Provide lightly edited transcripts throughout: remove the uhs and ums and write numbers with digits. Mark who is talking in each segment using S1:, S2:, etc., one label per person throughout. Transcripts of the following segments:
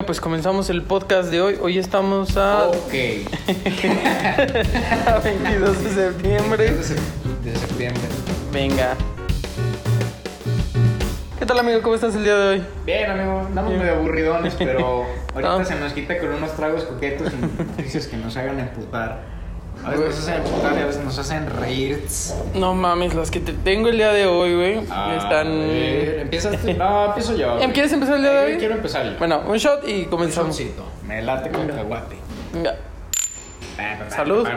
S1: pues comenzamos el podcast de hoy. Hoy estamos a...
S2: Ok.
S1: a 22 de septiembre.
S2: 22 de septiembre.
S1: Venga. ¿Qué tal, amigo? ¿Cómo estás el día de hoy?
S2: Bien, amigo. Andamos medio aburridones, pero ahorita
S1: No.
S2: se nos quita con unos tragos coquetos y noticias que nos hagan emputar. A veces nos hacen emputar y a veces nos hacen reír.
S1: No mames, las que te tengo el día de hoy, güey, están...
S2: ¿Empiezas tú? No, empiezo yo.
S1: ¿Quieres empezar el día de hoy?
S2: Quiero empezar yo.
S1: Bueno, un shot y comenzamos.
S2: Shotcito. Me late con cacahuate.
S1: Venga. Salud.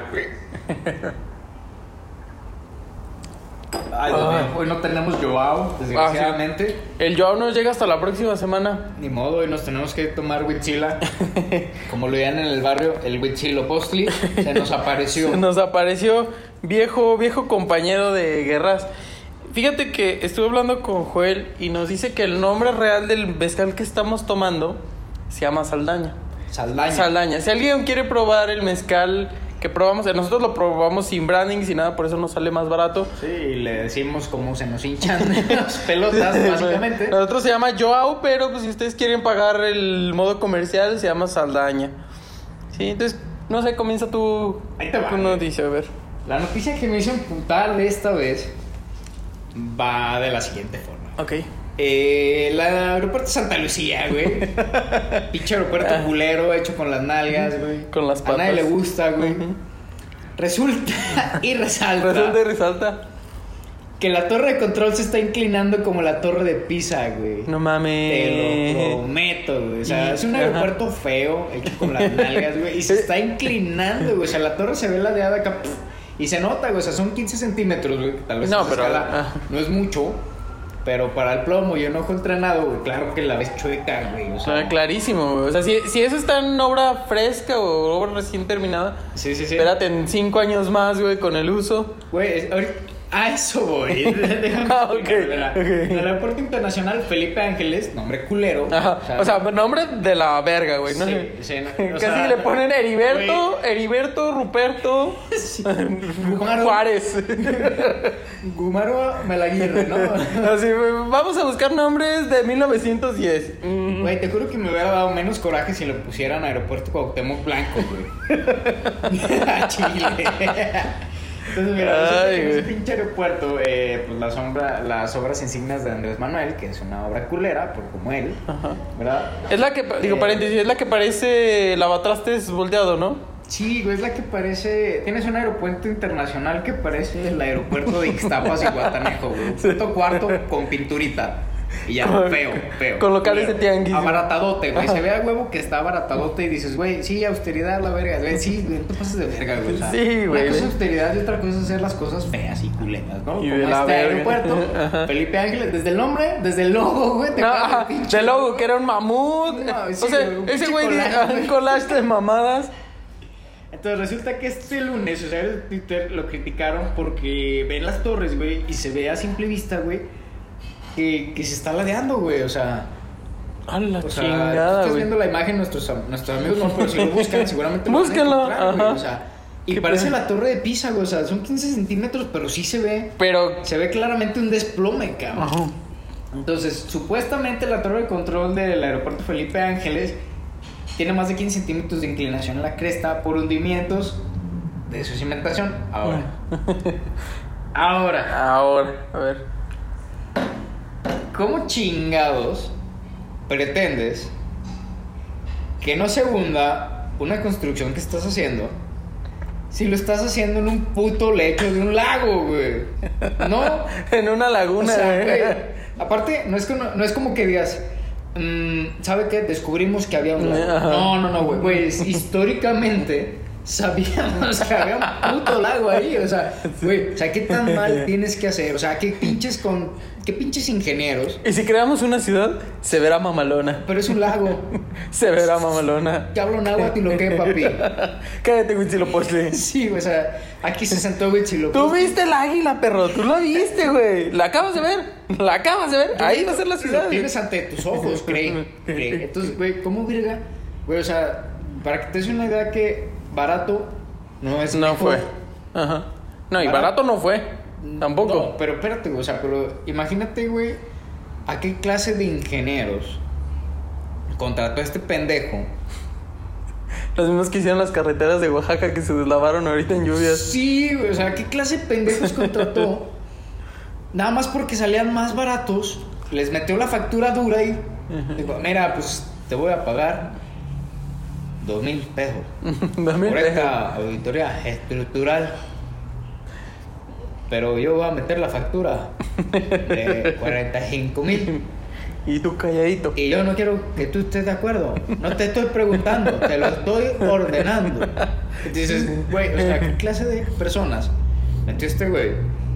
S2: Ay, Dios mío, hoy no tenemos Joao, desgraciadamente.
S1: El Joao no llega hasta la próxima semana.
S2: Ni modo, hoy nos tenemos que tomar Huitzila. Como lo llaman en el barrio, el Huitzilopochtli se nos apareció.
S1: Se nos apareció viejo compañero de guerras. Fíjate que estuve hablando con Joel y nos dice que el nombre real del mezcal que estamos tomando se llama Saldaña. Saldaña. Si alguien quiere probar el mezcal que probamos, nosotros lo probamos sin branding, sin nada, por eso nos sale más barato.
S2: Sí, y le decimos cómo se nos hinchan las pelotas, básicamente.
S1: Nosotros se llama Joao, pero pues si ustedes quieren pagar el modo comercial, se llama Saldaña. Sí, entonces, no sé, comienza tu
S2: Ahí te va.
S1: noticia, a ver.
S2: La noticia que me hizo emputar esta vez va de la siguiente forma.
S1: Ok.
S2: El aeropuerto de Santa Lucía, güey. Pinche aeropuerto culero, hecho con las nalgas, güey.
S1: Con las patas.
S2: A nadie le gusta, güey.
S1: Uh-huh.
S2: Resulta y resalta.
S1: Resulta y resalta.
S2: Que la torre de control se está inclinando como la torre de Pisa, güey.
S1: No mames.
S2: Te lo prometo, güey. O sea, es un aeropuerto feo, hecho con las nalgas, güey. Y se está inclinando, güey. O sea, la torre se ve ladeada acá. Y se nota, güey. O sea, son 15 centímetros, güey. Tal vez
S1: No,
S2: esa
S1: pero...
S2: escala no es mucho. Pero para el plomo y un ojo entrenado, güey, claro que la ves chueca, güey. O sea,
S1: clarísimo, güey. O sea, si eso está en obra fresca o obra recién terminada,
S2: sí.
S1: espérate en 5 años más, güey, con el uso.
S2: Güey, a eso voy. Déjame explicar,
S1: ok.
S2: El aeropuerto internacional Felipe Ángeles, nombre culero.
S1: Ajá. O sea, nombre de la verga, güey, ¿no?
S2: Sí,
S1: Casi le ponen Heriberto, Ruperto,
S2: sí.
S1: Juárez.
S2: Gumaro Melaguirre, ¿no?
S1: Así, güey, vamos a buscar nombres de 1910.
S2: Güey, te juro que me hubiera dado menos coraje si le pusieran Aeropuerto Cuauhtémoc Blanco, güey. A Chile. Entonces, mira, ese pinche aeropuerto, pues las obras insignias de Andrés Manuel, que es una obra culera, por como él,
S1: Ajá.
S2: ¿verdad?
S1: Es la que, paréntesis, es la que parece lavatrastes volteado, ¿no?
S2: Sí, güey, es la que parece... Tienes un aeropuerto internacional que parece el aeropuerto de Ixtapas y Guatanejo, güey. Punto cuarto con pinturita. Y ya, feo.
S1: Con locales de tianguis.
S2: Abaratadote, güey. Se ve a huevo que está abaratadote y dices, güey, sí, austeridad, la verga. Güey, sí, güey, no te pases de verga, güey. O sea,
S1: sí, güey.
S2: Una cosa es austeridad y otra cosa es hacer las cosas feas y culeras, ¿no?
S1: Y
S2: como
S1: de la
S2: este
S1: verga.
S2: aeropuerto, Felipe Ángeles, desde el nombre, desde el logo, güey. Te
S1: Ajá,
S2: pinche
S1: del logo, que era un mamut.
S2: No, sí,
S1: o sea,
S2: güey, un
S1: ese
S2: pinche
S1: güey
S2: collage,
S1: un collage de mamadas.
S2: Entonces resulta que este lunes, o sea, en Twitter lo criticaron porque ven las torres, güey, y se ve a simple vista, güey, que se está ladeando, güey, o sea...
S1: A la
S2: O sea,
S1: chingada,
S2: estás
S1: güey.
S2: viendo la imagen, nuestros amigos no, pero si lo buscan, seguramente lo
S1: Búsquenlo,
S2: van a encontrar, güey,
S1: ajá.
S2: o sea, y
S1: ¿Qué
S2: parece
S1: pedo?
S2: la torre de Pisa, güey, o sea, son 15 centímetros, pero sí se ve
S1: Pero...
S2: claramente un desplome, cabrón.
S1: Ajá.
S2: Entonces, supuestamente la torre de control del aeropuerto Felipe Ángeles tiene más de 15 centímetros de inclinación en la cresta por hundimientos de su cimentación. Ahora,
S1: a ver.
S2: ¿cómo chingados pretendes que no se hunda una construcción que estás haciendo si lo estás haciendo en un puto lecho de un lago, güey? No.
S1: En una
S2: O
S1: laguna,
S2: sea, güey, aparte, no es como que digas, ¿sabe qué? Descubrimos que había un lago. No, güey. Históricamente sabíamos que había un puto lago ahí. O sea, güey, ¿qué tan mal tienes que hacer? O sea, ¿qué pinches ingenieros?
S1: Y si creamos una ciudad, se verá mamalona.
S2: Pero es un lago.
S1: Se verá mamalona.
S2: ¿Qué hablo náhuatl y lo que, papi?
S1: Cállate, Huitzilopochtli.
S2: Sí, güey, o sea, aquí se sentó Huitzilopochtli.
S1: Tú viste el águila, perro. Tú la viste, güey. La acabas de ver. Ahí va a ser la ciudad.
S2: Lo tienes ante tus ojos, cree. Entonces, güey, ¿cómo verga? Güey, o sea, para que te des una idea que barato no es
S1: No
S2: mejor.
S1: fue. Ajá. No, y barato no fue. Tampoco.
S2: No, pero espérate, güey, o sea, pero imagínate, güey, a qué clase de ingenieros contrató a este pendejo.
S1: Los mismos que hicieron las carreteras de Oaxaca que se deslavaron ahorita en lluvias.
S2: Sí, güey, o sea, ¿qué clase de pendejos contrató? Nada más porque salían más baratos, les metió la factura dura y dijo, mira, pues te voy a pagar 2,000 pesos por esta auditoría estructural. Pero yo voy a meter la factura de 45,000.
S1: Y tú calladito.
S2: Y yo no quiero que tú estés de acuerdo. No te estoy preguntando, te lo estoy ordenando. Y dices, güey, o sea, ¿qué clase de personas metió este güey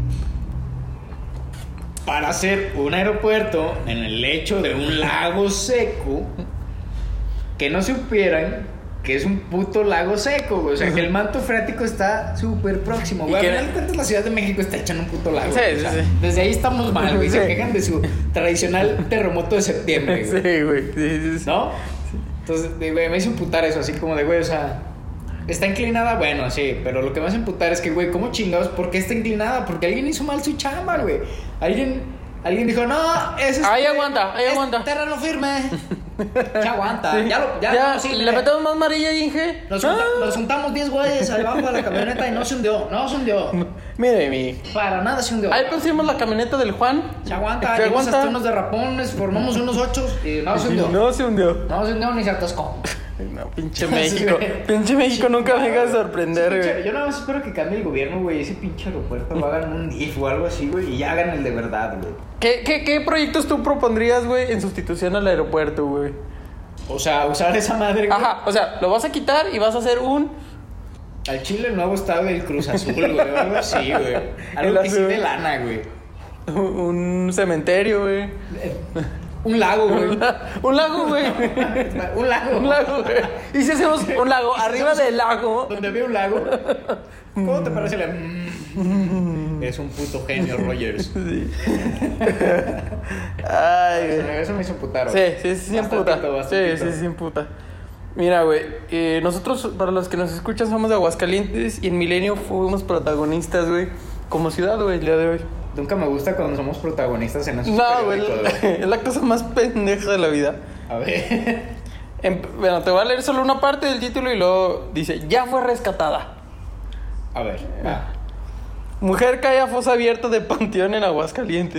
S2: para hacer un aeropuerto en el lecho de un lago seco que no supieran que es un puto lago seco, güey? O sea, que el manto freático está súper próximo, güey. Al final de cuentas, la Ciudad de México está hecha en un puto lago.
S1: Sí,
S2: o sea,
S1: sí.
S2: Desde ahí estamos mal, güey.
S1: Sí.
S2: Se quejan de su tradicional terremoto de septiembre, güey.
S1: Sí, güey. Sí.
S2: ¿No? Entonces, güey, me hizo emputar eso, así como de, güey, o sea, está inclinada, bueno, sí, pero lo que me hace emputar es que, güey, ¿cómo chingados? ¿Por qué está inclinada? Porque alguien hizo mal su chamba, güey. Alguien dijo, no, es
S1: Ahí aguanta.
S2: terreno firme. Ya aguanta.
S1: Sí.
S2: Ya, sí,
S1: ¿Le metemos más amarilla, Inge?
S2: Nos juntamos 10 güeyes abajo de la camioneta y no se hundió.
S1: Mire, mi.
S2: Para nada se hundió.
S1: Ahí pusimos la camioneta del Juan.
S2: Se aguanta.
S1: Se
S2: Dimos
S1: aguanta.
S2: hasta unos derrapones, formamos unos 8 y no se hundió.
S1: No se hundió.
S2: No se hundió ni se atascó.
S1: No, pinche México. Pinche México nunca venga a sorprender, güey.
S2: Yo nada más espero que cambie el gobierno, güey. Ese pinche aeropuerto lo hagan un DIF o algo así, güey. Y ya hagan el de verdad, güey.
S1: ¿Qué proyectos tú propondrías, güey, en sustitución al aeropuerto, güey?
S2: O sea, usar esa madre, güey.
S1: Ajá, o sea, lo vas a quitar y vas a hacer un...
S2: Al Chile el nuevo estado del Cruz Azul, güey. Algo así, güey. Algo que sí de lana, güey.
S1: Un cementerio, güey.
S2: Un lago, güey.
S1: Un lago, güey.
S2: Un lago.
S1: Un lago, güey. ¿Y si hacemos un lago arriba del lago?
S2: Donde había un lago. ¿Cómo te parece la...? Es un puto genio, Rogers.
S1: Sí. Ay, güey.
S2: Eso me hizo putar,
S1: Sí, emputa. Sí, emputa. Mira, güey, nosotros, para los que nos escuchan, somos de Aguascalientes y en Milenio fuimos protagonistas, güey, como ciudad, güey, el día de hoy.
S2: Nunca me gusta cuando somos protagonistas en esos
S1: No, güey,
S2: periódicos,
S1: es la cosa más pendeja de la vida.
S2: A ver.
S1: Bueno, te voy a leer solo una parte del título y luego dice, ya fue rescatada.
S2: A ver.
S1: Mujer cae a fosa abierta de panteón en Aguascalientes.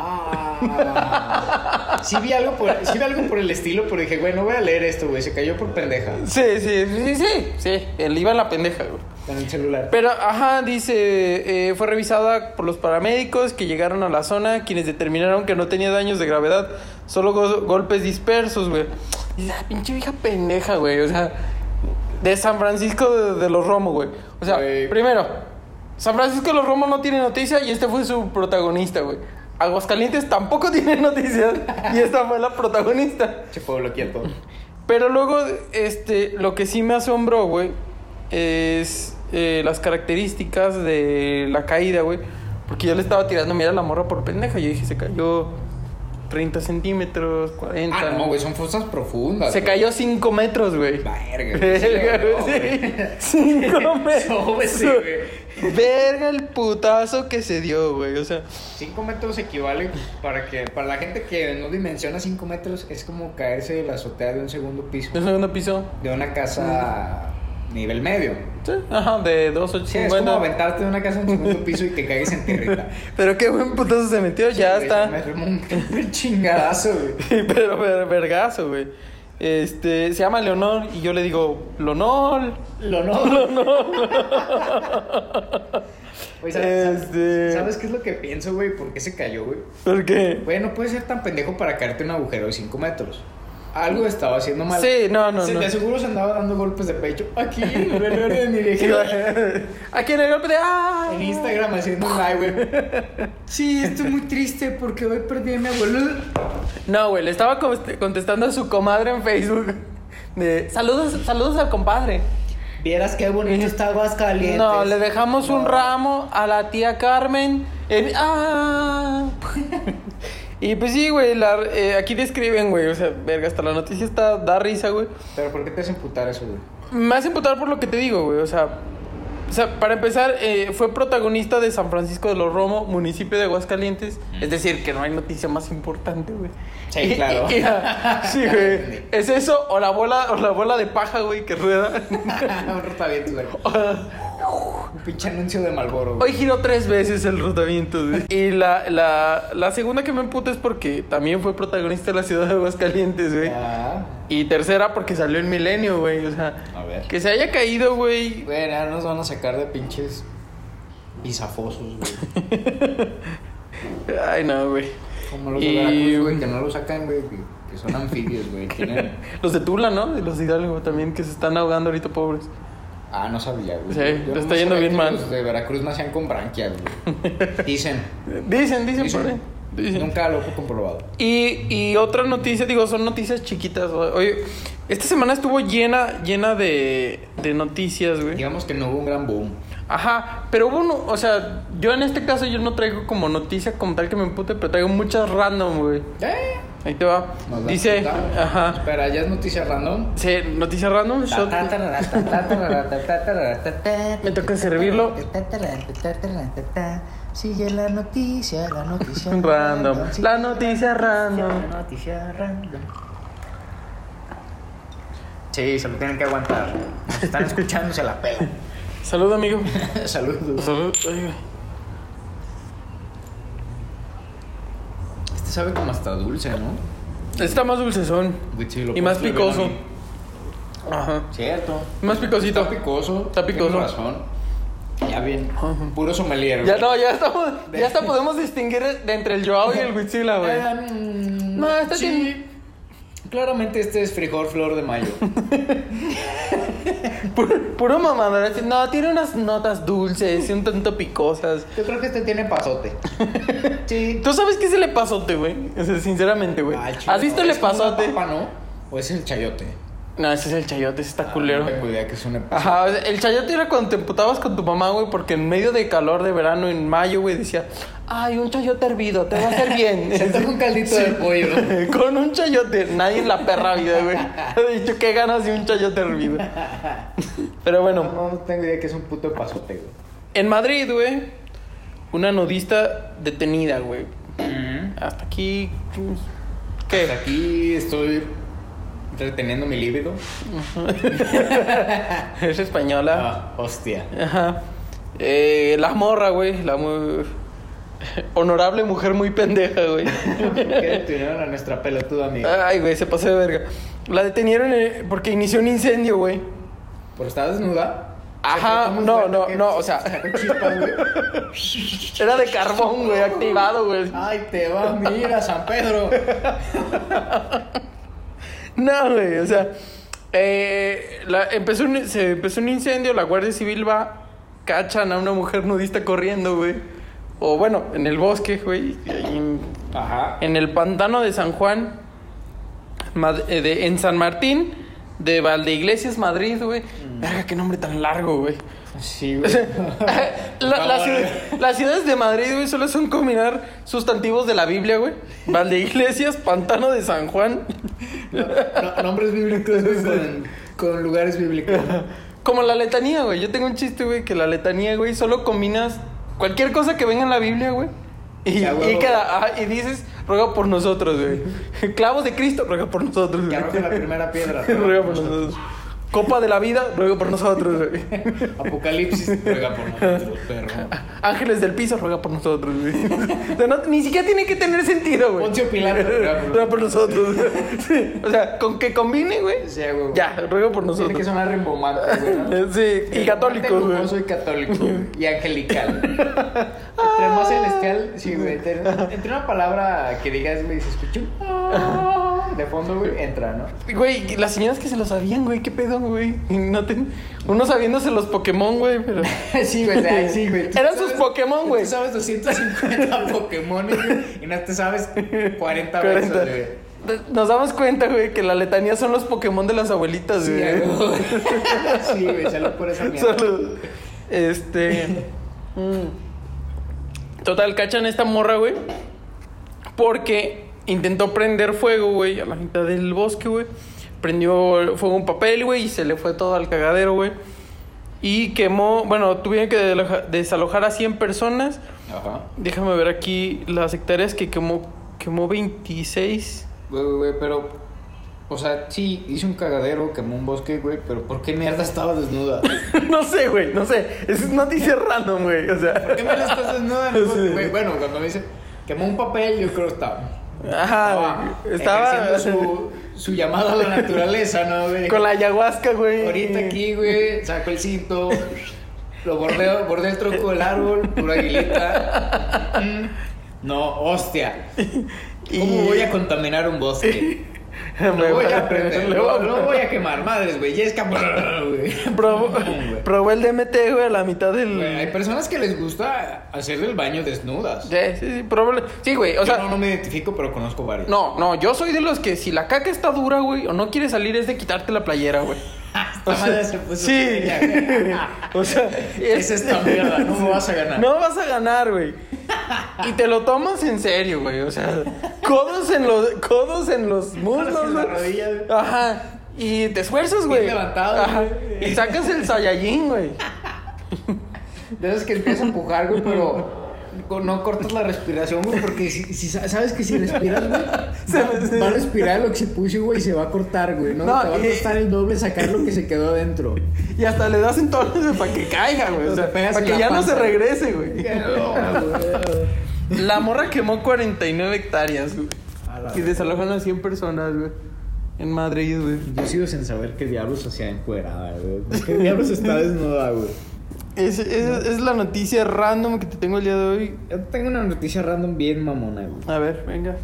S2: Sí vi algo por el estilo, pero dije, güey, no voy a leer esto, güey. Se cayó por pendeja.
S1: Sí. Él iba en la pendeja, güey.
S2: En el celular.
S1: Pero, dice, fue revisada por los paramédicos que llegaron a la zona, quienes determinaron que no tenía daños de gravedad, solo golpes dispersos, güey. Y dice, pinche vieja pendeja, güey. O sea, de San Francisco de los Romo, güey. O sea, primero, San Francisco de los Romo no tiene noticia y este fue su protagonista, güey. Aguascalientes tampoco tiene noticias y esta fue la protagonista.
S2: Che, pueblo quieto.
S1: Pero luego, lo que sí me asombró, güey, es las características de la caída, güey. Porque yo le estaba tirando, mira, la morra por pendeja. Yo dije, se cayó 30 centímetros, 40.
S2: No, güey, son fosas profundas.
S1: Se cayó 5 metros, güey.
S2: Verga,
S1: güey. 5 metros.
S2: Sóbese, güey.
S1: Verga el putazo que se dio, güey. O sea,
S2: 5 metros equivale para la gente que no dimensiona 5 metros, es como caerse de la azotea de un segundo piso.
S1: ¿de segundo piso?
S2: De una casa nivel medio.
S1: Sí, ajá, de 2,850.
S2: Sí, es como aventarte de una casa en un segundo piso y que caigas en tierrita.
S1: Pero qué buen putazo se metió, sí, ya
S2: güey,
S1: está.
S2: Me armó un chingadazo, güey.
S1: Pero vergazo, güey. Se llama Leonor y yo le digo, Lonol.
S2: Oye, ¿sabes qué es lo que pienso, güey? ¿Por qué se cayó, güey?
S1: ¿Por qué?
S2: Güey, no puedes ser tan pendejo para caerte en un agujero de 5 metros. Algo estaba haciendo mal.
S1: Sí, no.
S2: De seguro se andaba dando golpes de pecho. Aquí, en el reloj de mi viejita.
S1: Aquí en el golpe de... ¡ah!
S2: En Instagram haciendo un live, güey. Sí, estoy muy triste porque hoy perdí a mi abuelo.
S1: No, güey, le estaba contestando a su comadre en Facebook. De saludos al compadre.
S2: Vieras qué bonito está Aguascalientes.
S1: No, le dejamos un ramo a la tía Carmen. Y pues sí, güey, aquí describen, güey, o sea, verga, hasta la noticia da risa, güey.
S2: ¿Pero por qué te hace emputar eso, güey?
S1: Me hace emputar por lo que te digo, güey, o sea, O sea, para empezar, fue protagonista de San Francisco de los Romo, municipio de Aguascalientes. Es decir, que no hay noticia más importante, güey.
S2: Sí, claro.
S1: Sí, güey. ¿Es eso o la bola de paja, güey, que rueda?
S2: Un rotavientos, güey. Un pinche anuncio de Marlboro,
S1: Hoy giró 3 veces el rotavientos, güey. Y la segunda que me emputa es porque también fue protagonista de la ciudad de Aguascalientes, güey. Y tercera porque salió el Milenio, güey. O sea,
S2: a ver.
S1: Que se haya caído, güey.
S2: Güey, ya nos van a sacar de pinches bisafosos, güey.
S1: Ay, no, güey.
S2: Como los de Veracruz, güey, que no lo sacan, güey, que son anfibios, güey. Tienen...
S1: Los de Tula, ¿no? Y los de Hidalgo también, que se están ahogando ahorita, pobres.
S2: Ah, no sabía, güey.
S1: Sí, le está yendo bien mal.
S2: Los de Veracruz nacían con branquias, güey. Dicen.
S1: Dicen por ahí. Dicen.
S2: Nunca lo he comprobado.
S1: Y otra noticia, digo, son noticias chiquitas. Oye, esta semana estuvo llena de noticias, güey.
S2: Digamos que no hubo un gran boom.
S1: Ajá, pero hubo uno, o sea, yo en este caso yo no traigo como noticia como tal que me empute, pero traigo muchas random, güey. Ahí te va. Dice, ajá.
S2: Espera, ¿ya es noticia random?
S1: Sí, noticia random. Me toca servirlo.
S2: Sigue la noticia
S1: random. La noticia random.
S2: Sí, se lo tienen que aguantar. Nos están escuchando y se la pelan.
S1: Salud, amigo.
S2: Saludos.
S1: Salud. Ay,
S2: este sabe como hasta dulce, ¿no?
S1: Está más dulcezón.
S2: Sí,
S1: y más picoso. Ajá.
S2: Cierto.
S1: Más picosito.
S2: Está picoso.
S1: Está picoso.
S2: Tienes razón. Ya bien. Puro sommelier.
S1: Ya no, ya estamos. Ya hasta podemos distinguir de entre el Joao y el Huitzila, güey.
S2: No, está sí. Claramente este es frijol flor de mayo.
S1: Puro mamador. No, tiene unas notas dulces y un tanto picosas.
S2: Yo creo que este tiene pasote. Sí.
S1: ¿Tú sabes qué es el epazote, güey? O sea, sinceramente, güey. ¿Has visto el epazote?
S2: ¿Es papa, no? ¿O es el chayote?
S1: No, ese es el chayote, ese está culero.
S2: No tengo idea que es un epazote.
S1: Ajá, el chayote era cuando te emputabas con tu mamá, güey, porque en medio de calor de verano, en mayo, güey, decía, ay, un chayote hervido, te va a hacer bien.
S2: Se toma un caldito de pollo.
S1: Con un chayote, nadie en la perra vida, güey. He dicho, qué ganas de un chayote hervido. Pero bueno.
S2: No tengo idea que es un puto epazote, güey.
S1: En Madrid, güey, una nudista detenida, güey. Hasta aquí... ¿Qué?
S2: Hasta aquí estoy... reteniendo mi líbido.
S1: Es española.
S2: Hostia.
S1: Ajá. La morra, güey. Honorable mujer muy pendeja, güey.
S2: ¿Qué detuvieron a nuestra pelotuda amiga?
S1: Ay, güey, se pasó de verga. La detenieron porque inició un incendio, güey.
S2: ¿Por estar desnuda?
S1: Ajá, no, o sea.
S2: Chispas, güey.
S1: Era de carbón, güey, activado, güey.
S2: Ay, te va, mira, San Pedro.
S1: No, güey, o sea, se empezó un incendio, la Guardia Civil va, cachan a una mujer nudista corriendo, güey. O bueno, en el bosque, güey. En el pantano de San Juan, en San Martín, de Valdeiglesias, Madrid, güey. Verga, qué nombre tan largo, güey.
S2: Sí, güey.
S1: Las ciudades de Madrid, güey, solo son combinar sustantivos de la Biblia, güey. Valdeiglesias, Pantano de San Juan.
S2: Nombres bíblicos, güey, con lugares bíblicos.
S1: Como la letanía, güey. Yo tengo un chiste, güey, que la letanía, güey, solo combinas cualquier cosa que venga en la Biblia, güey. Y dices, ruega por nosotros, güey. Clavos de Cristo, ruega por nosotros,
S2: güey. Que arroje la primera piedra.
S1: Ruega por nosotros. Copa de la vida, ruega por nosotros, güey.
S2: Apocalipsis, ruega por nosotros, perro.
S1: Ángeles del piso, ruega por nosotros, güey. O sea, ni siquiera tiene que tener sentido, güey.
S2: Poncio Pilato,
S1: ruega por nosotros. Sí. O sea, con que combine, güey.
S2: Sí, güey.
S1: Ya, ruega por nosotros.
S2: Tiene que sonar rimbombante, güey.
S1: Sí, y católico, güey.
S2: Yo soy católico, güey. Y angelical. Entre más celestial, sí, güey. Entre una palabra que digas, güey, se escucha de fondo, güey, entra, ¿no?
S1: Güey, las señoras que se lo sabían, güey, qué pedo, güey. Uno sabiéndose los Pokémon, güey, pero...
S2: Sí, güey, sí, güey.
S1: Eran sus Pokémon, güey.
S2: Tú sabes 250 Pokémon, güey, y no te sabes 40 veces, güey.
S1: Nos damos cuenta, güey, que la letanía son los Pokémon de las abuelitas, güey.
S2: Sí, güey, salud por esa mierda.
S1: Salud. Total, cachan esta morra, güey, porque intentó prender fuego, güey, a la mitad del bosque, güey. Prendió fuego un papel, güey, y se le fue todo al cagadero, güey. Y tuvieron que desalojar a 100 personas.
S2: Ajá.
S1: Déjame ver aquí las hectáreas que quemó 26.
S2: Güey, pero... O sea, sí, hizo un cagadero, quemó un bosque, güey, pero ¿por qué mierda estaba desnuda?
S1: No sé, güey, no sé. Es noticia random, güey, o sea...
S2: ¿Por qué mierda estás desnuda en el bosque, güey? Bueno, cuando me dice quemó un papel, yo creo que estaba ejerciendo su llamado a la naturaleza, ¿no, güey?
S1: Con la ayahuasca, güey.
S2: Ahorita aquí, güey, saco el cinto, lo bordé el tronco del árbol, pura aguilita. No, hostia. ¿Cómo voy a contaminar un bosque? Lo voy a prender, lo voy a quemar, madres, güey. Ya es güey.
S1: Probó el DMT, güey, a la mitad del...
S2: Güey, hay personas que les gusta hacer del baño desnudas.
S1: Sí, probable. Sí, güey, o sea...
S2: Yo no me identifico, pero conozco varios.
S1: No, yo soy de los que si la caca está dura, güey, o no quiere salir, es de quitarte la playera, güey. Sí. O sea,
S2: es esta mierda, no me vas a ganar.
S1: No vas a ganar, güey. Y te lo tomas en serio, güey. O sea, codos en los muslos,
S2: en la rodilla, güey.
S1: Ajá. Y te esfuerzas, güey.
S2: Levantado,
S1: ajá.
S2: Güey.
S1: Y sacas el Saiyajin, güey.
S2: De esos que empiezas a empujar, güey, pero no cortas la respiración, güey, porque si sabes que si respiras, güey, va a respirar el occipucio, güey, y se va a cortar, güey, ¿no? Te va a costar el doble sacar lo que se quedó adentro.
S1: Y hasta le das entonces para que caiga, güey. O sea, para que ya no se regrese, güey. La morra quemó 49 hectáreas, güey. Y desalojan a 100 personas, güey. En Madrid, güey.
S2: Yo sigo sin saber qué diablos hacía encuerada, güey. ¿Qué diablos está desnuda, güey?
S1: Es la noticia random que te tengo el día de hoy.
S2: Yo tengo una noticia random bien mamona, güey.
S1: A ver, venga.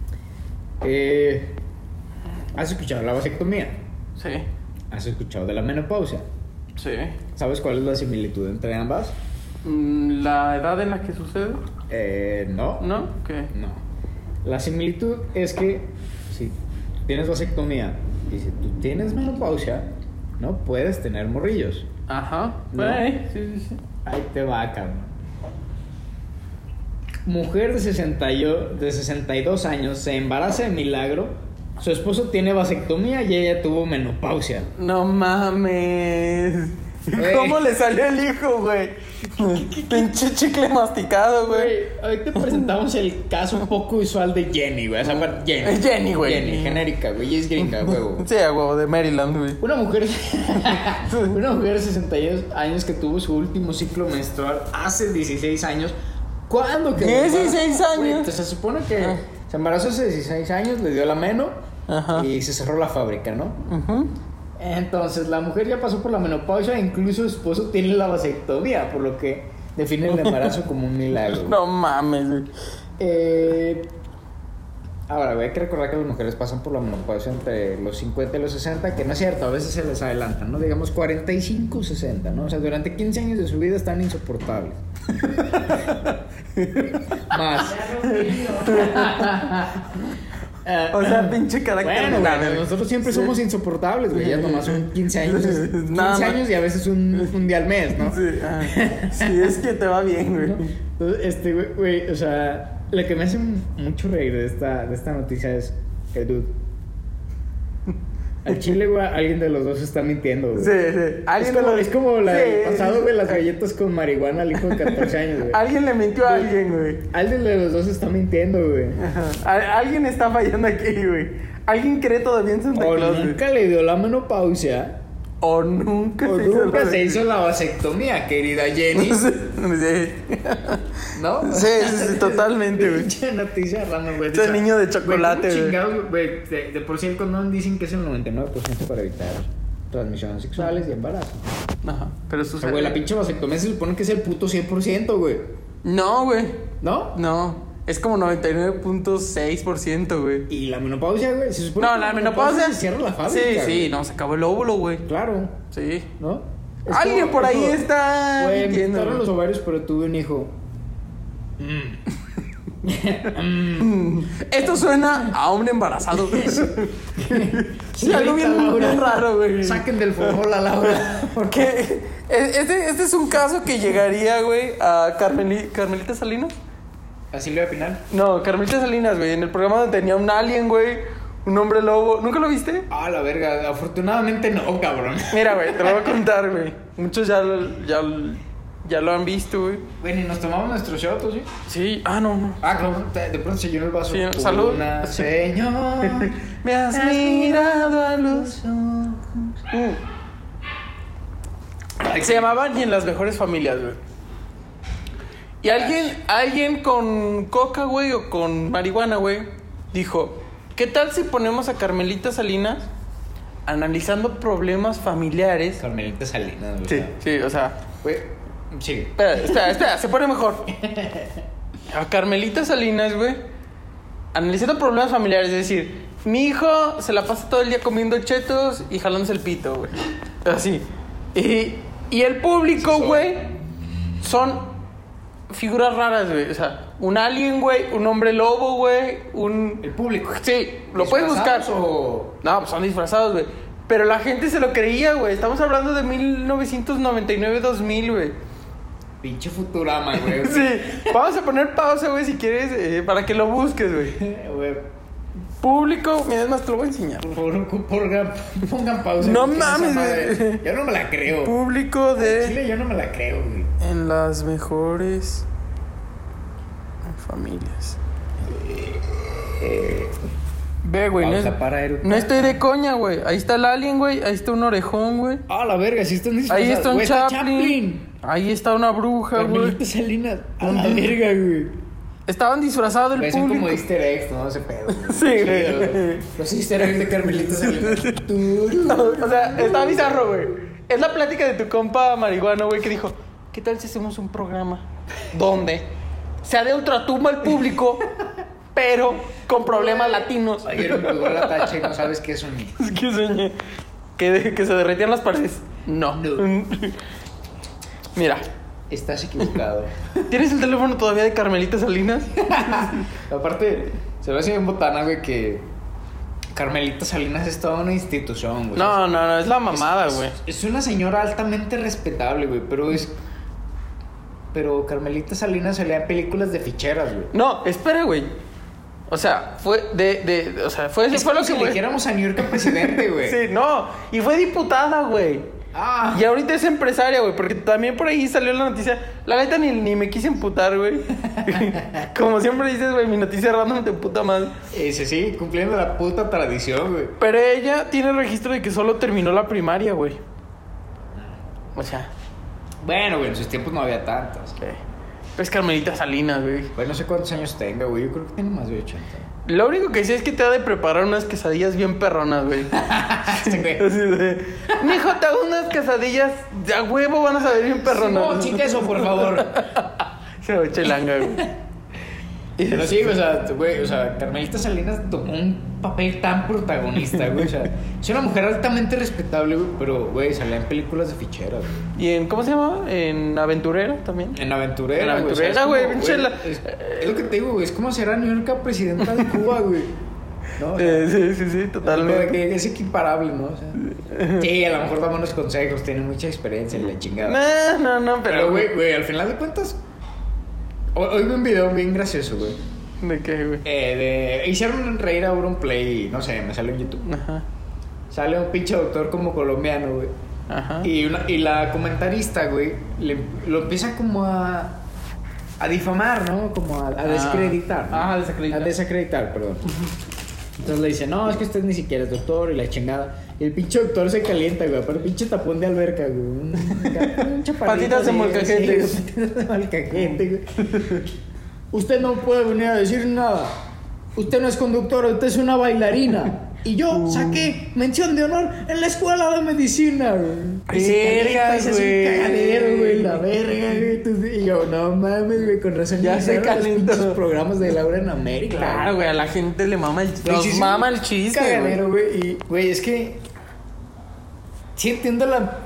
S2: ¿Has escuchado la vasectomía?
S1: Sí.
S2: ¿Has escuchado de la menopausia?
S1: Sí.
S2: ¿Sabes cuál es la similitud entre ambas?
S1: ¿La edad en la que sucede?
S2: No.
S1: ¿No? ¿Qué?
S2: No. La similitud es que si tienes vasectomía y si tú tienes menopausia, no puedes tener morrillos.
S1: Ajá.
S2: ¿No?
S1: Sí.
S2: Ahí te va, cabrón. Mujer de 62 años se embaraza de milagro. Su esposo tiene vasectomía y ella tuvo menopausia.
S1: No mames. ¿Cómo le salió el hijo, güey? Pinche chicle masticado, güey.
S2: Hoy te presentamos el caso un poco usual de Jenny, güey. O sea,
S1: Jenny, güey.
S2: Jenny, genérica, güey. Y es gringa, huevo.
S1: Sí, a huevo, de Maryland, güey.
S2: Una mujer de 62 años que tuvo su último ciclo menstrual hace 16 años. ¿Cuándo?
S1: 16 años.
S2: Güey, entonces se supone que se embarazó hace 16 años, le dio la meno. Ajá. Y se cerró la fábrica, ¿no? Ajá. Entonces la mujer ya pasó por la menopausia e incluso su esposo tiene la vasectomía, por lo que define el embarazo como un milagro.
S1: No mames, güey.
S2: Ahora, güey, hay que recordar que las mujeres pasan por la menopausia entre los 50 y los 60, que no es cierto, a veces se les adelantan, ¿no? Digamos 45, 60, ¿no? O sea, durante 15 años de su vida están insoportables. Más.
S1: O sea, pinche carácter.
S2: Bueno, güey, nosotros siempre somos insoportables, güey. Ya nomás son 15 años. 15 años y a veces un día al mes, ¿no?
S1: Sí, sí, es que te va bien, güey.
S2: Entonces, güey, o sea, lo que me hace mucho reír de esta noticia es que, dude, al chile, güey, alguien de los dos está mintiendo, güey.
S1: Sí.
S2: Es como la del pasado, güey, las galletas con marihuana al hijo de 14 años, güey.
S1: Alguien le mintió a alguien, güey.
S2: Alguien de los dos está mintiendo, güey.
S1: Ajá. Alguien está fallando aquí, güey. Alguien cree todavía en Santa Claus.
S2: O nunca le dio la menopausia.
S1: O nunca
S2: se hizo la vasectomía, querida Jenny.
S1: Sí.
S2: ¿No?
S1: Sí, totalmente, güey.
S2: Pinche noticia random, güey.
S1: Ese niño de chocolate, güey.
S2: Chingados, güey. De por sí el condón dicen que es el 99% para evitar transmisiones sexuales y embarazo.
S1: Ajá, pero eso
S2: güey, la pinche vasectomía se supone que es el puto 100%, güey.
S1: No, güey.
S2: ¿No?
S1: No. Es como 99.6%, güey.
S2: ¿Y la menopausia, güey? Se supone
S1: que la menopausia
S2: se cierra la fábrica.
S1: Sí, no, se acabó el óvulo, güey.
S2: Claro.
S1: Sí.
S2: ¿No?
S1: Alguien por ahí está.
S2: Güey, me quitaron los ovarios, pero tuve un hijo.
S1: Esto suena a hombre embarazado. Sí, algo bien raro, güey.
S2: Saquen del fútbol a Laura.
S1: Porque este es un caso que llegaría, güey, a Carmelita Salinas.
S2: ¿A Silvia Pinal?
S1: No, Carmelita Salinas, güey. En el programa donde tenía un alien, güey. Un hombre lobo. ¿Nunca lo viste?
S2: Ah, la verga. Afortunadamente no, cabrón.
S1: Mira, güey, te lo voy a contar, güey. Muchos ya lo han visto, güey.
S2: Bueno, ¿y nos tomamos nuestros shots, sí?
S1: Sí. Ah, no.
S2: Ah, claro, de pronto se llenó el vaso.
S1: Sí, salud.
S2: Una señor.
S1: Me has mirado a los ojos. Se llamaban Ni en las mejores familias, güey. Y alguien con coca, güey, o con marihuana, güey, dijo, ¿qué tal si ponemos a Carmelita Salinas analizando problemas familiares?
S2: Carmelita Salinas, güey.
S1: Sí, o sea...
S2: Güey, sí.
S1: Espera, se pone mejor. A Carmelita Salinas, güey, analizando problemas familiares, es decir, mi hijo se la pasa todo el día comiendo chetos y jalándose el pito, güey. Así. Y el público, güey, son figuras raras, güey. O sea, un alien, güey, un hombre lobo, güey,
S2: El público.
S1: Sí, lo puedes buscar.
S2: O...
S1: No, pues son disfrazados, güey. Pero la gente se lo creía, güey. Estamos hablando de 1999-2000, güey.
S2: Pinche Futurama, güey.
S1: Sí, vamos a poner pausa, güey, si quieres, para que lo busques, güey. Público, mira, es más, te lo voy a enseñar.
S2: Pongan pausa.
S1: No mames,
S2: güey. Yo no me la creo.
S1: Público de...
S2: Chile, yo no me la creo, güey.
S1: En las mejores familias. Ve, güey, no estoy de coña, güey. Ahí está el alien, güey. Ahí está un orejón, güey.
S2: Ah, la verga, sí están disfrazados.
S1: Ahí está un
S2: Güey,
S1: Chaplin. Ahí está una bruja, güey.
S2: Carmelita Salinas. A la verga, güey.
S1: Estaban disfrazados del
S2: Son
S1: público.
S2: como easter eggs, ¿no? Ese pedo, güey.
S1: Sí, güey.
S2: Los easter eggs de Carmelita Salinas.
S1: O sea, está bizarro, güey. Es la plática de tu compa marihuana, güey, que dijo, ¿qué tal si hacemos un programa donde sea de ultratumba el público, pero con problemas latinos?
S2: Ayer me pegó la tacha y no sabes qué es un...
S1: ¿Qué soñé? Que se derretían las paredes. No. Mira.
S2: Estás equivocado.
S1: ¿Tienes el teléfono todavía de Carmelita Salinas?
S2: Aparte, se ve así en botana, güey, que Carmelita Salinas es toda una institución, güey.
S1: No, es la mamada, güey.
S2: Es una señora altamente respetable, güey, pero Carmelita Salinas salía en películas de ficheras, güey.
S1: No, espera, güey. O sea, fue fue lo que
S2: si eligiéramos a New York presidente, güey.
S1: Sí, no. Y fue diputada, güey.
S2: Ah.
S1: Y ahorita es empresaria, güey. Porque también por ahí salió la noticia. La neta ni me quise emputar, güey. Como siempre dices, güey, mi noticia random te emputa más.
S2: Sí, cumpliendo la puta tradición, güey.
S1: Pero ella tiene registro de que solo terminó la primaria, güey. O sea.
S2: Bueno, güey, en sus tiempos no había tantas.
S1: Es Carmelita Salinas, güey.
S2: Güey, no sé cuántos años tenga, güey. Yo creo que tiene más de 80.
S1: Lo único que sé es que te ha de preparar unas quesadillas bien perronas, güey.
S2: Sí, güey.
S1: Así de... Mijo, te hago unas quesadillas de a huevo, van a saber bien perronas.
S2: No, sin queso, por favor.
S1: Se me echa el langa, güey.
S2: Pero sí, o sea, Carmelita Salinas tomó un papel tan protagonista, güey. O sea, es una mujer altamente respetable, güey, pero, güey, salía en películas de ficheras, güey.
S1: ¿Y en cómo se llama? ¿En Aventurera también?
S2: En Aventurera,
S1: En Aventurera, güey.
S2: Es lo que te digo, güey. Es como si era New York presidenta de Cuba, güey. ¿No? O sea,
S1: sí, totalmente.
S2: Que es equiparable, ¿no? O sea, sí, a lo mejor da buenos consejos, tiene mucha experiencia en la chingada.
S1: No,
S2: pero güey, al final de cuentas... Hoy vi un video bien gracioso, güey.
S1: ¿De qué, güey?
S2: Hicieron reír a Auronplay, no sé, me salió en YouTube.
S1: Ajá.
S2: Sale un pinche doctor como colombiano, güey.
S1: Ajá.
S2: Y la comentarista, güey, lo empieza como a difamar, ¿no? Como a desacreditar. ¿no?
S1: A desacreditar.
S2: A desacreditar, perdón. Entonces le dice, no, es que usted ni siquiera es doctor y la chingada. Y el pinche doctor se calienta, güey, pero pinche tapón de alberca, güey. Un chaparrito.
S1: Patitas de molcajete.
S2: Patitas de molcajete, güey. Usted no puede venir a decir nada. Usted no es conductora, usted es una bailarina. Y yo saqué mención de honor en la escuela de medicina, güey.
S1: Verga,
S2: güey. Es un cagadero, güey, la verga, güey. Entonces, y yo, no mames, güey, con razón.
S1: Ya se calentó.
S2: Los programas de Laura en América.
S1: Claro, güey, a la gente le mama el chiste.
S2: Nos
S1: mama el chiste,
S2: cagadero, güey. Y, güey, es que... Sí entiendo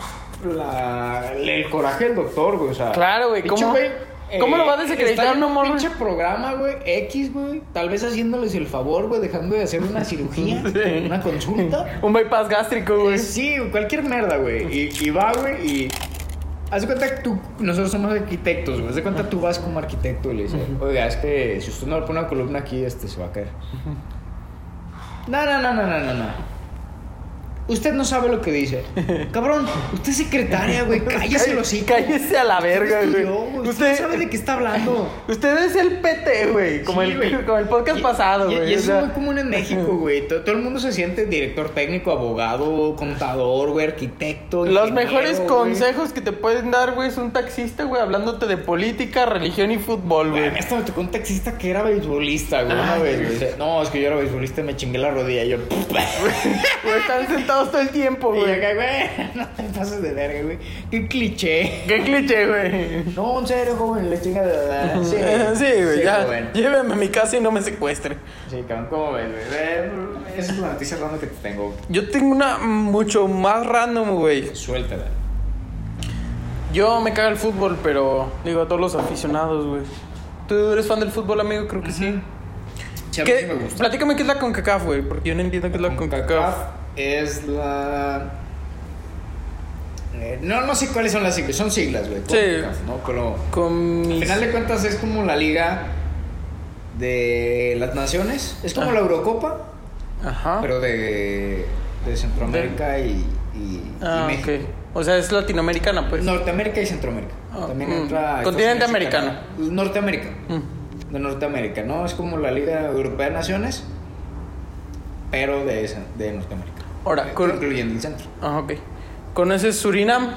S2: el coraje del doctor, güey, o sea...
S1: Claro, güey, ¿cómo lo va a desacreditar un humor?
S2: Pinche programa, güey, X, güey. Tal vez haciéndoles el favor, güey, dejando de hacer una cirugía,
S1: sí.
S2: Una consulta.
S1: Un bypass gástrico, güey.
S2: Sí, cualquier mierda, güey. Y va, güey, y... Haz de cuenta que nosotros somos arquitectos, güey. Haz de cuenta tú vas como arquitecto y le dices, oiga, es que si usted no le pone una columna aquí, se va a caer. No. Usted no sabe lo que dice. Cabrón, usted es secretaria, güey. Cállese los hijos.
S1: Cállese a la verga, güey.
S2: Usted sabe de qué está hablando.
S1: Usted es el PT, güey. Como el podcast pasado, güey.
S2: Y eso es muy común en México, güey. Todo el mundo se siente director técnico, abogado, contador, güey, arquitecto.
S1: Los mejores consejos que te pueden dar, güey, es un taxista, güey, hablándote de política, religión y fútbol, güey.
S2: Esto me tocó un taxista que era beisbolista, güey. Una vez, güey. No, es que yo era beisbolista y me chingué la rodilla. Yo,
S1: güey, están sentados todo el tiempo, güey.
S2: Y acá, güey, no te pases de verga, güey. Qué cliché, güey. No, en serio, joven, le chinga de verdad.
S1: Sí, güey, ya. Joven. Lléveme a mi casa y no me secuestre.
S2: Sí, cabrón, ¿cómo ves, güey? Esa es la noticia random que te tengo.
S1: Yo tengo una mucho más random, güey.
S2: Suéltala.
S1: Yo me cago el fútbol, pero digo a todos los aficionados, güey. ¿Tú eres fan del fútbol, amigo? Creo que sí.
S2: Sí,
S1: ¿Qué? Me gusta. Platícame qué es la CONCACAF, güey, porque yo no entiendo qué es la CONCACAF.
S2: Es la... No sé cuáles son las siglas. Son siglas, güey.
S1: Sí.
S2: ¿No? Al final de cuentas es como la liga de las naciones. Es como la Eurocopa.
S1: Ajá.
S2: Pero de Centroamérica y México.
S1: Okay. O sea, es latinoamericana, pues.
S2: Norteamérica y Centroamérica. También entra...
S1: Continente americano.
S2: Norteamérica. De Norteamérica, ¿no? Es como la Liga Europea de Naciones, pero de Norteamérica.
S1: Ahora,
S2: incluyendo el centro.
S1: Ok. ¿Conoces Surinam?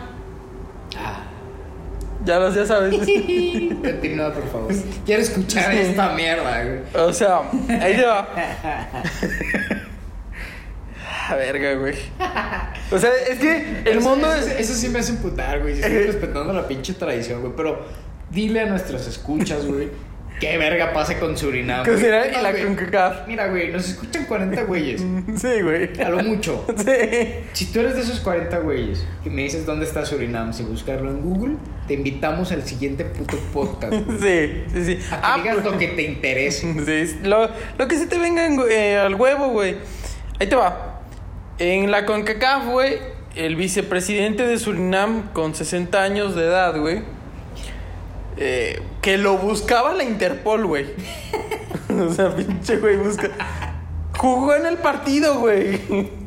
S1: Ya sabes.
S2: Continúa, por favor. Quiero escuchar esta mierda, güey.
S1: O sea, ahí te va. Verga, güey. O sea, es que el mundo es...
S2: Eso sí me hace emputar, güey. Estoy respetando la pinche tradición, güey. Pero dile a nuestras escuchas, güey, qué verga pasa con Surinam.
S1: ¿Qué será? Y la CONCACAF.
S2: Mira, güey, nos escuchan 40 güeyes.
S1: Sí, güey.
S2: A lo mucho.
S1: Sí.
S2: Si tú eres de esos 40 güeyes y me dices dónde está Surinam, sin buscarlo en Google, te invitamos al siguiente puto podcast.
S1: Sí.
S2: A que digas lo que te interese.
S1: Sí. Lo que se te venga al huevo, güey. Ahí te va. En la CONCACAF, güey, el vicepresidente de Surinam con 60 años de edad, güey, que lo buscaba la Interpol, güey. O sea, pinche güey, jugó en el partido, güey.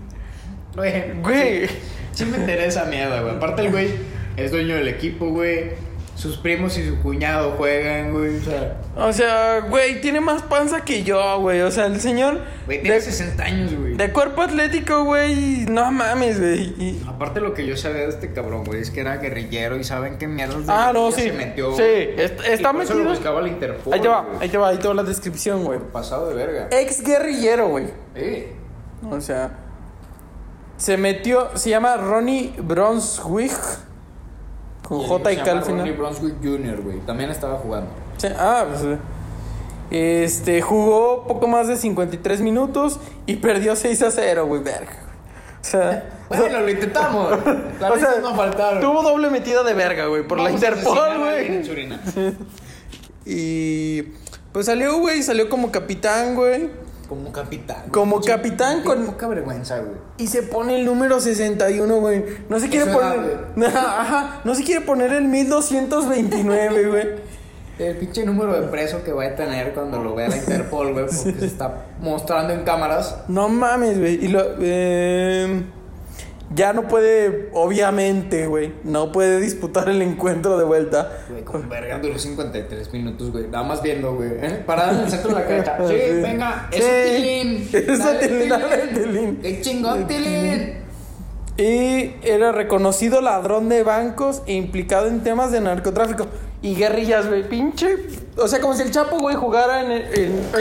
S1: Güey.
S2: Sí me interesa mierda, güey. Aparte el güey es dueño del equipo, güey. Sus primos y su cuñado juegan, güey.
S1: O sea, güey, tiene más panza que yo, güey. O sea, el señor...
S2: Güey, tiene 60 años, güey.
S1: De cuerpo atlético, güey. No mames, güey.
S2: Aparte lo que yo sabía de este cabrón, güey, es que era guerrillero y saben qué mierdas
S1: se metió. Sí, está
S2: y
S1: metido.
S2: Lo buscaba la Interpol.
S1: Ahí te va la descripción, güey.
S2: Pasado de verga.
S1: Ex guerrillero, güey. O sea, se llama Ronnie Brunswick. Con J y K al final.
S2: Ronnie Brunswick Jr., güey. También estaba jugando.
S1: Sí, pues. Jugó poco más de 53 minutos y perdió 6-0, güey, verga. O sea.
S2: Bueno, lo intentamos.
S1: O sea, no faltaron. Tuvo doble metida de verga, güey, por la Interpol, güey. Y. Pues salió como capitán, güey.
S2: Como capitán.
S1: Como capitán con...
S2: poca vergüenza, güey.
S1: Y se pone el número 61, güey. No se quiere poner... Ajá. No se quiere poner el 1229, güey.
S2: El pinche número de preso que va a tener cuando lo vea la Interpol, güey. Porque se está mostrando en cámaras.
S1: No mames, güey. Y ya no puede, obviamente, güey. No puede disputar el encuentro de vuelta.
S2: Güey, con verga duró 53 minutos, güey. Nada más viendo, güey. Parada en el centro de la cancha. Sí, venga. Eso, Tilín.
S1: Dale, Tilín.
S2: Qué chingón, Tilín.
S1: Y era reconocido ladrón de bancos e implicado en temas de narcotráfico y guerrillas, güey. Pinche. O sea, como si el Chapo, güey, jugara en ay.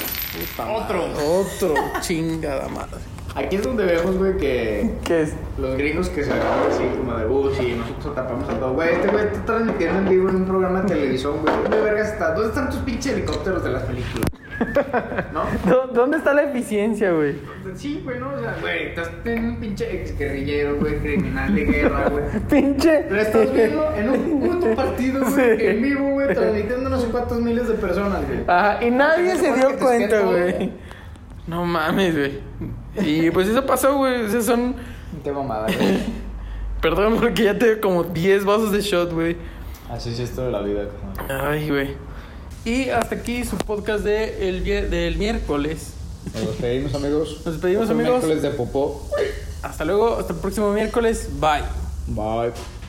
S1: Otro. Chingada madre.
S2: Aquí es donde vemos, güey, que...
S1: ¿Qué es?
S2: Los gringos que se agarran así como de... sí, nosotros tapamos a todo. Güey, este güey está transmitiendo en vivo en un programa de televisión, güey. ¿Dónde vergas está? ¿Dónde están tus pinches helicópteros de las películas? ¿No?
S1: ¿Dónde está la eficiencia, güey?
S2: Sí, güey, ¿no? O sea, güey, estás en un pinche ex guerrillero, güey, criminal de guerra, güey.
S1: Pinche...
S2: Lo estás viendo en un puto partido, güey, sí. En vivo, güey, transmitiendo no sé cuántos miles de personas, güey.
S1: Ajá, y nadie se dio cuenta, güey. No mames, güey. Y pues eso pasó, güey. O sea, son...
S2: Qué mamada, güey.
S1: Perdón porque ya tengo como 10 vasos de shot, güey.
S2: Así es esto de la vida,
S1: Ay, güey. Y hasta aquí su podcast del miércoles.
S2: Nos despedimos, amigos.
S1: Nos despedimos,
S2: Otro
S1: amigos.
S2: miércoles de popó.
S1: Hasta luego, hasta el próximo miércoles. Bye.
S2: Bye.